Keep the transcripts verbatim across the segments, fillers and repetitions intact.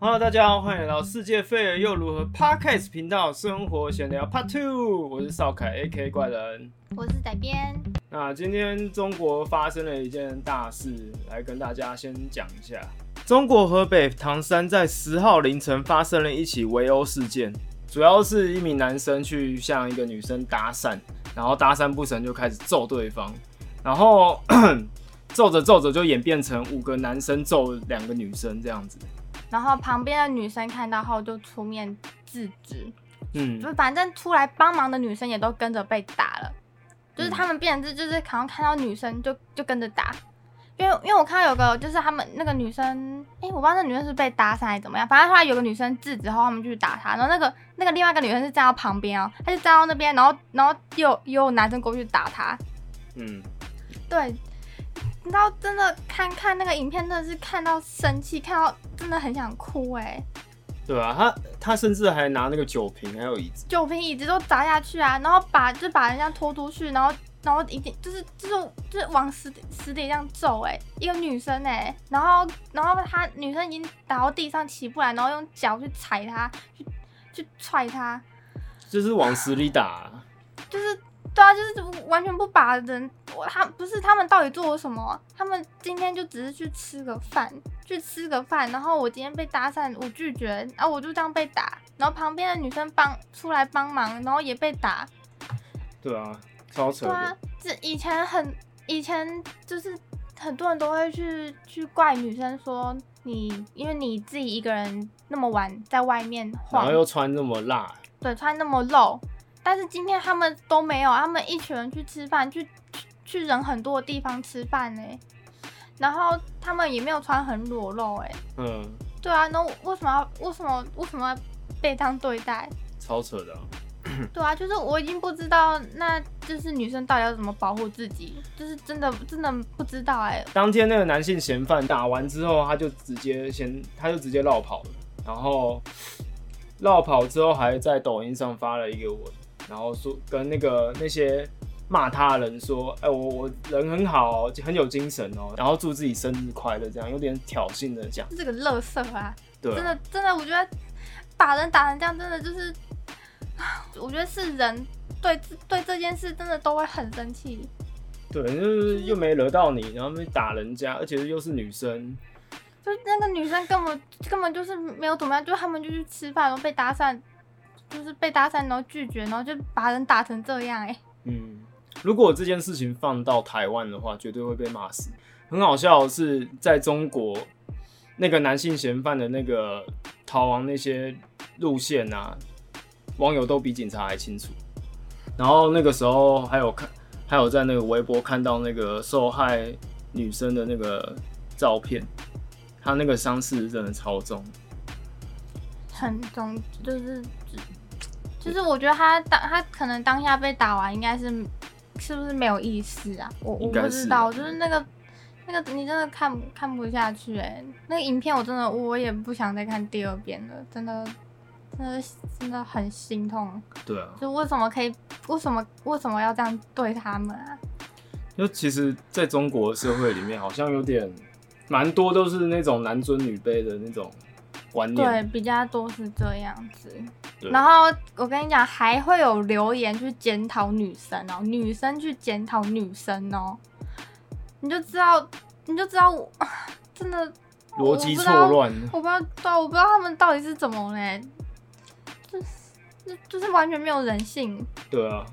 Hello， 大家好，欢迎来到世界废了又如何 Podcast 频道生活闲聊 Part Two， 我是少凯 A K 怪人， 我是仔编。 那今天中国发生了一件大事，来跟大家先讲一下。中国河北唐山在十号凌晨发生了一起围殴事件，主要是一名男生去向一个女生搭讪，然后搭讪不成就开始揍对方，然后揍着揍着就演变成五个男生揍两个女生这样子。 然后旁边的女生看到后就出面制止， 嗯， 就反正出来帮忙的女生也都跟着被打了，就是他们变成就是好像看到女生就就跟着打，因为因为我看到有个就是他们那个女生，哎、欸，我不知道那女生是被搭讪还是怎么样，反正后来有个女生制止后，他们就去打她，然后那个那个另外一个女生是站到旁边哦，她就站到那边，然后然后又又有男生过去打她， 嗯， 对。你知道，真的看看那个影片，真的是看到生气，看到真的很想哭哎、欸。 对啊，他他甚至还拿那个酒瓶还有椅子， 酒瓶椅子都砸下去啊，然后把就把人家拖出去，然后然后一定就是就是就是往死死底这样揍哎、欸，一个女生哎、欸，然后然后她女生已经倒到地上起不来，然后用脚去踩她，去去踹她， 就是往死里打、啊， 就是。对啊，就是完全不把人，他不是他们到底做了什么？他们今天就只是去吃个饭，去吃个饭，然后我今天被搭讪，我拒绝，然后我就这样被打，然后旁边的女生帮出来帮忙，然后也被打。 对啊，超扯的。 对啊，这以前很以前就是很多人都会去去怪女生说你，因为你自己一个人那么晚在外面晃， 然后又穿那么辣， 对，穿那么露。但是今天他们都没有，他们一群人去吃饭，去去去人很多的地方吃饭呢，然后他们也没有穿很裸露哎， 嗯， 对啊，那为什么要为什么为什么要被这样对待？ 超扯的、啊。 对啊，就是我已经不知道，那就是女生到底要怎么保护自己，就是真的真的不知道哎。 当天那个男性嫌犯打完之后，他就直接先他就直接绕跑了，然后绕跑之后还在抖音上发了一个文。然后说跟那个那些骂他的人说，哎、欸，我我人很好、哦，很有精神哦，然后祝自己生日快乐，这样有点挑衅的讲。 这个垃圾啊， 对啊， 真的真的，我觉得打人打成这样，真的就是，我觉得是人对对这件事真的都会很生气。 对，就是又没惹到你，然后没打人家，而且又是女生， 就那个女生根本根本就是没有怎么样，就他们就去吃饭，然后被搭讪。就是被搭讪，然后拒绝，然后就把人打成这样哎、欸。 嗯，如果这件事情放到台湾的话，绝对会被骂死。很好笑的是，在中国那个男性嫌犯的那个逃亡那些路线啊，网友都比警察还清楚。然后那个时候还有看，还有在那个微博看到那个受害女生的那个照片，她那个伤势真的超重。 很重，就是就是我觉得他当他可能当下被打完，应该是是不是没有意识啊？我我不知道，就是那个那个你真的看看不下去哎、欸，那个影片我真的我也不想再看第二遍了，真的真的真的很心痛。 对啊， 就为什么可以为什么为什么要这样对他们啊？ 就其实在中国的社会里面，好像有点蛮多都是那种男尊女卑的那种。 对，比较多是这样子。然后我跟你讲，还会有留言去检讨女生哦，女生去检讨女生哦，你就知道，你就知道我，真的逻辑错乱。 我不知道，对，我不知道他们到底是怎么嘞，就是就是完全没有人性。 对啊，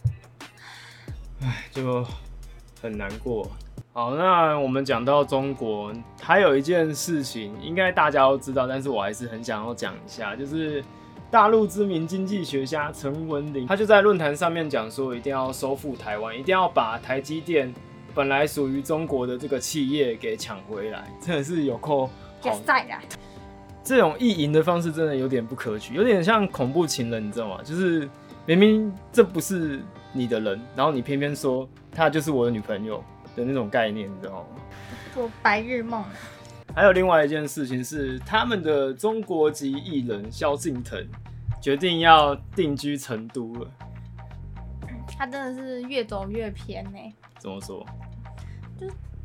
唉，就很难过。好，那我们讲到中国，还有一件事情，应该大家都知道，但是我还是很想要讲一下，就是大陆知名经济学家陈文霖，他就在论坛上面讲说，一定要收复台湾，一定要把台积电本来属于中国的这个企业给抢回来，真的是有够好。这种意淫的方式真的有点不可取，有点像恐怖情人，你知道吗？就是明明这不是你的人，然后你偏偏说她就是我的女朋友。的那种概念，你知道吗？ 做白日梦。 还有另外一件事情是，他们的中国籍艺人萧敬腾决定要定居成都了。 他真的是越走越偏呢、欸。 怎么说？ 就是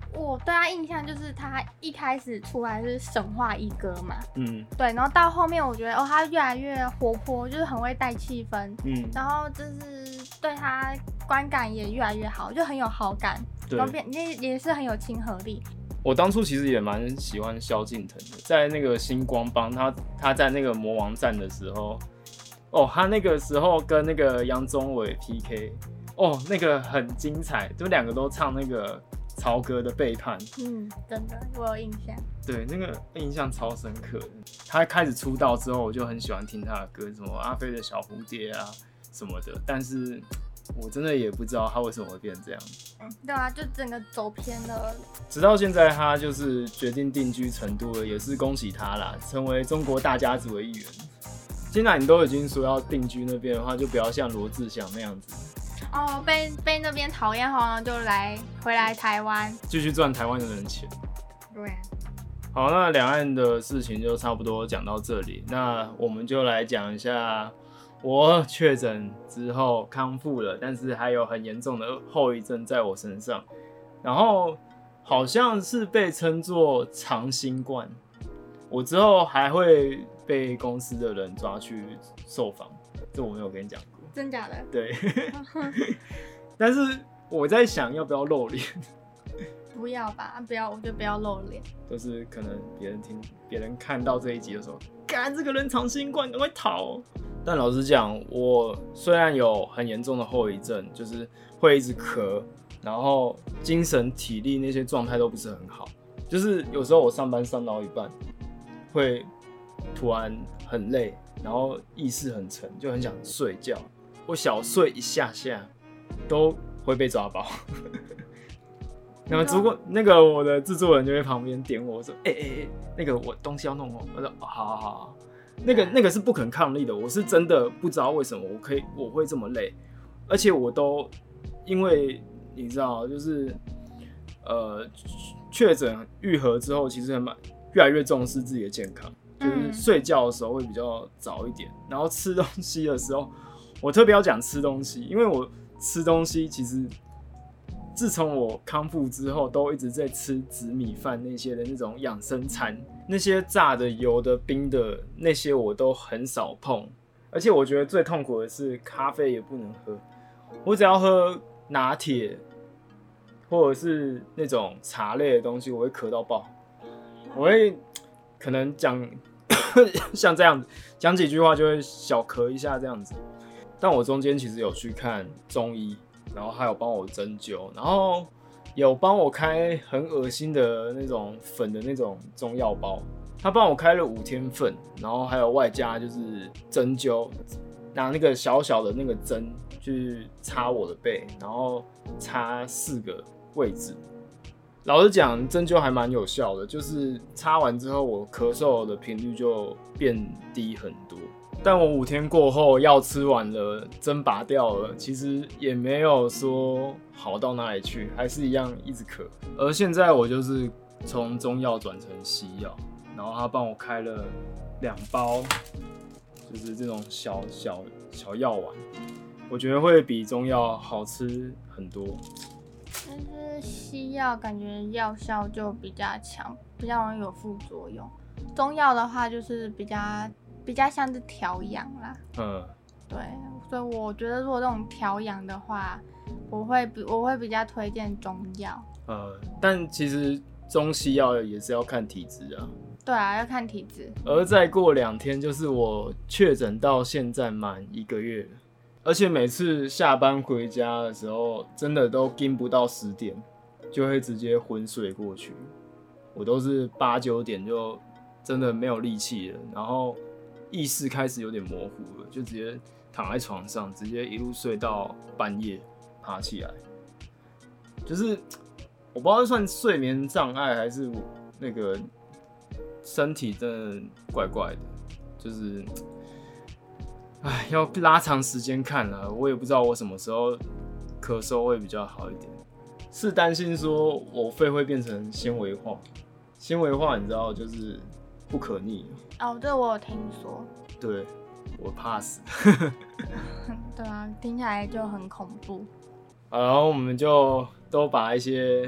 我对他印象就是他一开始出来是神话一哥嘛， 嗯， 对，然后到后面我觉得哦，他越来越活泼，就是很会带气氛， 嗯， 然后就是对他观感也越来越好，就很有好感，然后变也也是很有亲和力。 我当初其实也蛮喜欢萧敬腾的，在那个星光帮他他在那个魔王战的时候，哦，他那个时候跟那个杨宗纬 P K， 哦，那个很精彩，就两个都唱那个曹格的背叛， 嗯，真的我有印象， 对，那个印象超深刻的。他开始出道之后，我就很喜欢听他的歌，什么阿飞的小蝴蝶啊什么的，但是我真的也不知道他为什么会变成这样。 嗯，对啊，就整个走偏了。 直到现在，他就是决定定居成都了，也是恭喜他啦，成为中国大家族的一员。既然你都已经说要定居那边的话，就不要像罗志祥那样子。 哦，被被那边讨厌后呢，就来回来台湾， 继续赚台湾的人钱。 对。 好，那两岸的事情就差不多讲到这里，那我们就来讲一下我确诊之后康复了，但是还有很严重的后遗症在我身上，然后好像是被称作长新冠，我之后还会被公司的人抓去受访，这我没有跟你讲过。 真假的？ 对。但是我在想要不要露脸。 不要吧，不要，我就不要露脸。 就是可能别人听，别人看到这一集的时候，干这个人长新冠，赶快逃！但老实讲，我虽然有很严重的后遗症，就是会一直咳，然后精神、体力那些状态都不是很好。就是有时候我上班上到一半，会突然很累，然后意识很沉，就很想睡觉。我小睡一下下，都会被抓包。那么如果那个我的制作人就会旁边点我说：“哎哎哎，那个我东西要弄哦。”我说：“哦，好好好。”那个那个是不肯抗力的，我是真的不知道为什么我可以我会这么累，而且我都因为你知道，就是呃确诊愈合之后，其实蛮越来越重视自己的健康，就是睡觉的时候会比较早一点，然后吃东西的时候，我特别要讲吃东西，因为我吃东西其实。自从我康复之后，都一直在吃紫米饭那些的那种养生餐，那些炸的、油的、冰的那些我都很少碰。而且我觉得最痛苦的是咖啡也不能喝，我只要喝拿铁或者是那种茶类的东西，我会咳到爆。我会可能讲像这样子讲几句话就会小咳一下这样子。但我中间其实有去看中医。然后还有帮我针灸，然后有帮我开很恶心的那种粉的那种中药包，他帮我开了五天份，然后还有外加就是针灸，拿那个小小的那个针去插我的背，然后插四个位置。老实讲，针灸还蛮有效的，就是插完之后我咳嗽的频率就变低很多。但我五天过后药吃完了，针拔掉了，其实也没有说好到哪里去，还是一样一直咳。而现在我就是从中药转成西药，然后他帮我开了两包，就是这种小小小药丸，我觉得会比中药好吃很多。 但是西药感觉药效就比较强，比较容易有副作用。中药的话就是比较。比较像是调养啦，嗯，对，所以我觉得如果这种调养的话，我会比我会比较推荐中药。 呃，但其实中西药也是要看体质啊。 对啊，要看体质。 而再过两天就是我确诊到现在满一个月了，而且每次下班回家的时候，真的都盯不到十点，就会直接昏睡过去。我都是八九点就真的没有力气了，然后。意识开始有点模糊了，就直接躺在床上，直接一路睡到半夜爬起来。就是我不知道算睡眠障碍还是那个身体真的怪怪的，就是哎要拉长时间看啦，我也不知道我什么时候咳嗽会比较好一点。是担心说我肺会变成纤维化，纤维化你知道就是不可逆。 哦，这我有听说。 对，我怕死。 对啊，听起来就很恐怖。 好，然后我们就都把一些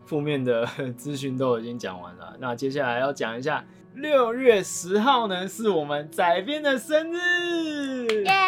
负面的资讯都已经讲完了。那接下来要讲一下六月十号呢，是我们仔编的生日， 耶！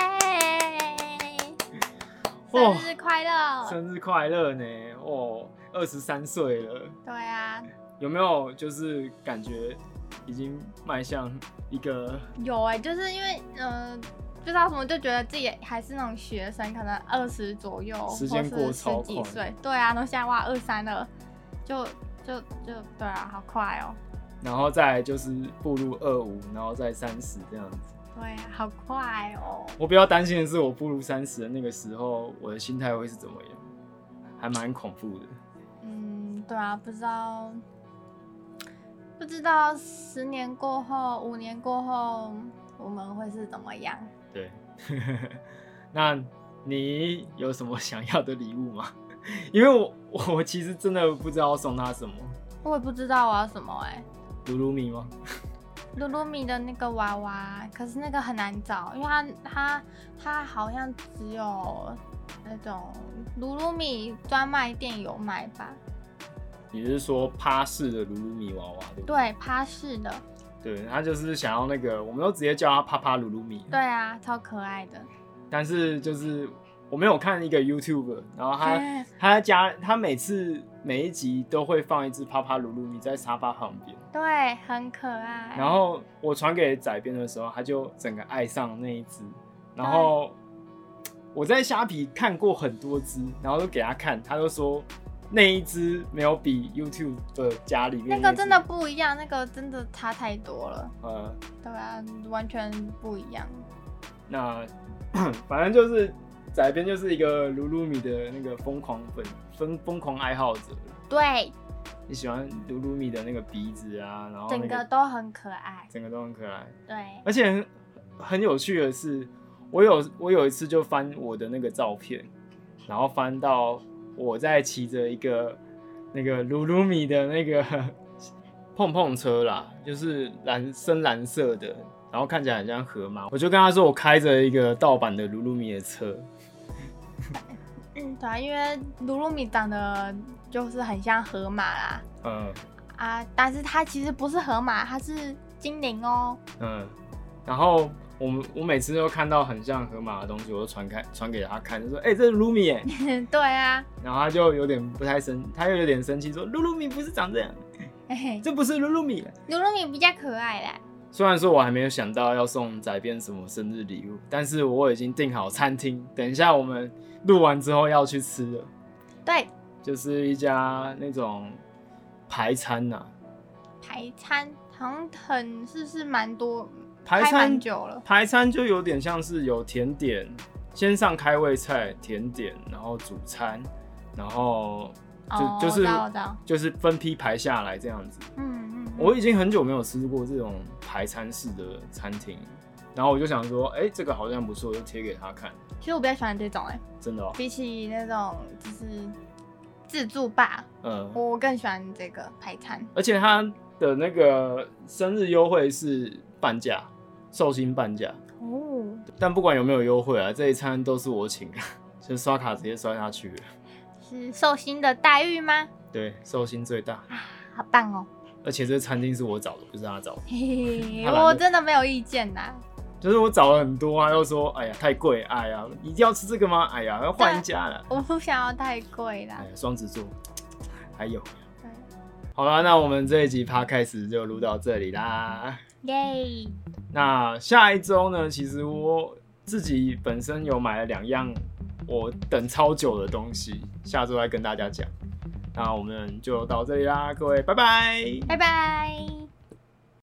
生日快乐！ 生日快乐呢！哦，二十三岁了。 对啊。 有没有就是感觉已经迈向一个？ 有哎、欸，就是因为呃，不知道什么，就觉得自己还是那种学生，可能二十左右， 时间过超快。 十几岁，对啊，然后现在哇，二三了，就就就对啊，好快哦。 然后再来就是步入二五，然后再三十这样子。 对啊，好快哦。 我比较担心的是，我步入三十的那个时候，我的心态会是怎么样？还蛮恐怖的。 嗯，对啊，不知道。不知道十年过后、五年过后，我们会是怎么样？ 对，那你有什么想要的礼物吗？因为我我其实真的不知道送他什么。 我也不知道我要什么哎、欸。 鲁鲁米吗？ 鲁鲁米的那个娃娃，可是那个很难找，因为它它它好像只有那种鲁鲁米专卖店有卖吧。 你是说趴式的鲁鲁米娃娃对不对？ 对，趴式的。 对，他就是想要那个，我们都直接叫他趴趴鲁鲁米。 对啊，超可爱的。 但是就是我没有看一个 YouTuber， 然后他他在家，他每次每一集都会放一只趴趴鲁鲁米在沙发旁边。 对，很可爱。 然后我传给仔编的时候，他就整个爱上那一只。然后我在虾皮看过很多只，然后都给他看，他都说。那一只没有比 YouTube 的家里面那个真的不一样，那个真的差太多了。 呃， 对啊，完全不一样。 那反正就是仔编就是一个鲁鲁米的那个疯狂粉疯疯狂爱好者。 对， 你喜欢鲁鲁米的那个鼻子啊，然后、那个、 整个都很可爱， 整个都很可爱。 对， 而且 很, 很有趣的是，我有我有一次就翻我的那个照片，然后翻到。我在骑着一个那个鲁鲁米的那个碰碰车啦，就是蓝深蓝色的，然后看起来很像河马。我就跟他说，我开着一个盗版的鲁鲁米的车。 嗯，对啊，因为鲁鲁米长得就是很像河马啦。嗯。啊，但是它其实不是河马，它是精灵哦。 嗯，然后。我们我每次都看到很像河马的东西，我都传开传给他看，就说：“哎、欸，这是鲁米哎。” 对啊。 然后他就有点不太生，他又有点生气，说：“鲁鲁米不是长这样，这不是鲁鲁米。 鲁鲁米比较可爱啦。” 虽然说我还没有想到要送仔编什么生日礼物，但是我已经订好餐厅，等一下我们录完之后要去吃了。 对， 就是一家那种排餐呐、啊。 排餐好像很是不是蛮多。 排餐久了， 排餐就有点像是有甜点，先上开胃菜、甜点，然后主餐，然后就、 哦、 就是我就是分批排下来这样子。 嗯 嗯, 嗯， 我已经很久没有吃过这种排餐式的餐厅，然后我就想说，哎、欸，这个好像不错，就贴给他看。 其实我比较喜欢这种、欸，哎， 真的哦， 比起那种就是自助吧，嗯，我更喜欢这个排餐， 而且它的那个生日优惠是半价。寿星半价哦，但不管有没有优惠啊，这一餐都是我请的，就刷卡直接刷下去了。 是寿星的待遇吗？ 对，寿星最大啊，好棒哦！ 而且这餐厅是我找的，不是他找的。 嘿嘿，我真的没有意见呐。 就是我找了很多，他又说：“哎呀，太贵！哎呀，一定要吃这个吗？哎呀，要换一家了。” 我不想要太贵啦。 哎呀，双子座还有。好啦，那我们这一集 podcast 就录到这里啦。 耶、yeah ！ 那下一周呢？其实我自己本身有买了两样我等超久的东西，下周再跟大家讲。那我们就到这里啦，各位，拜拜， 拜拜。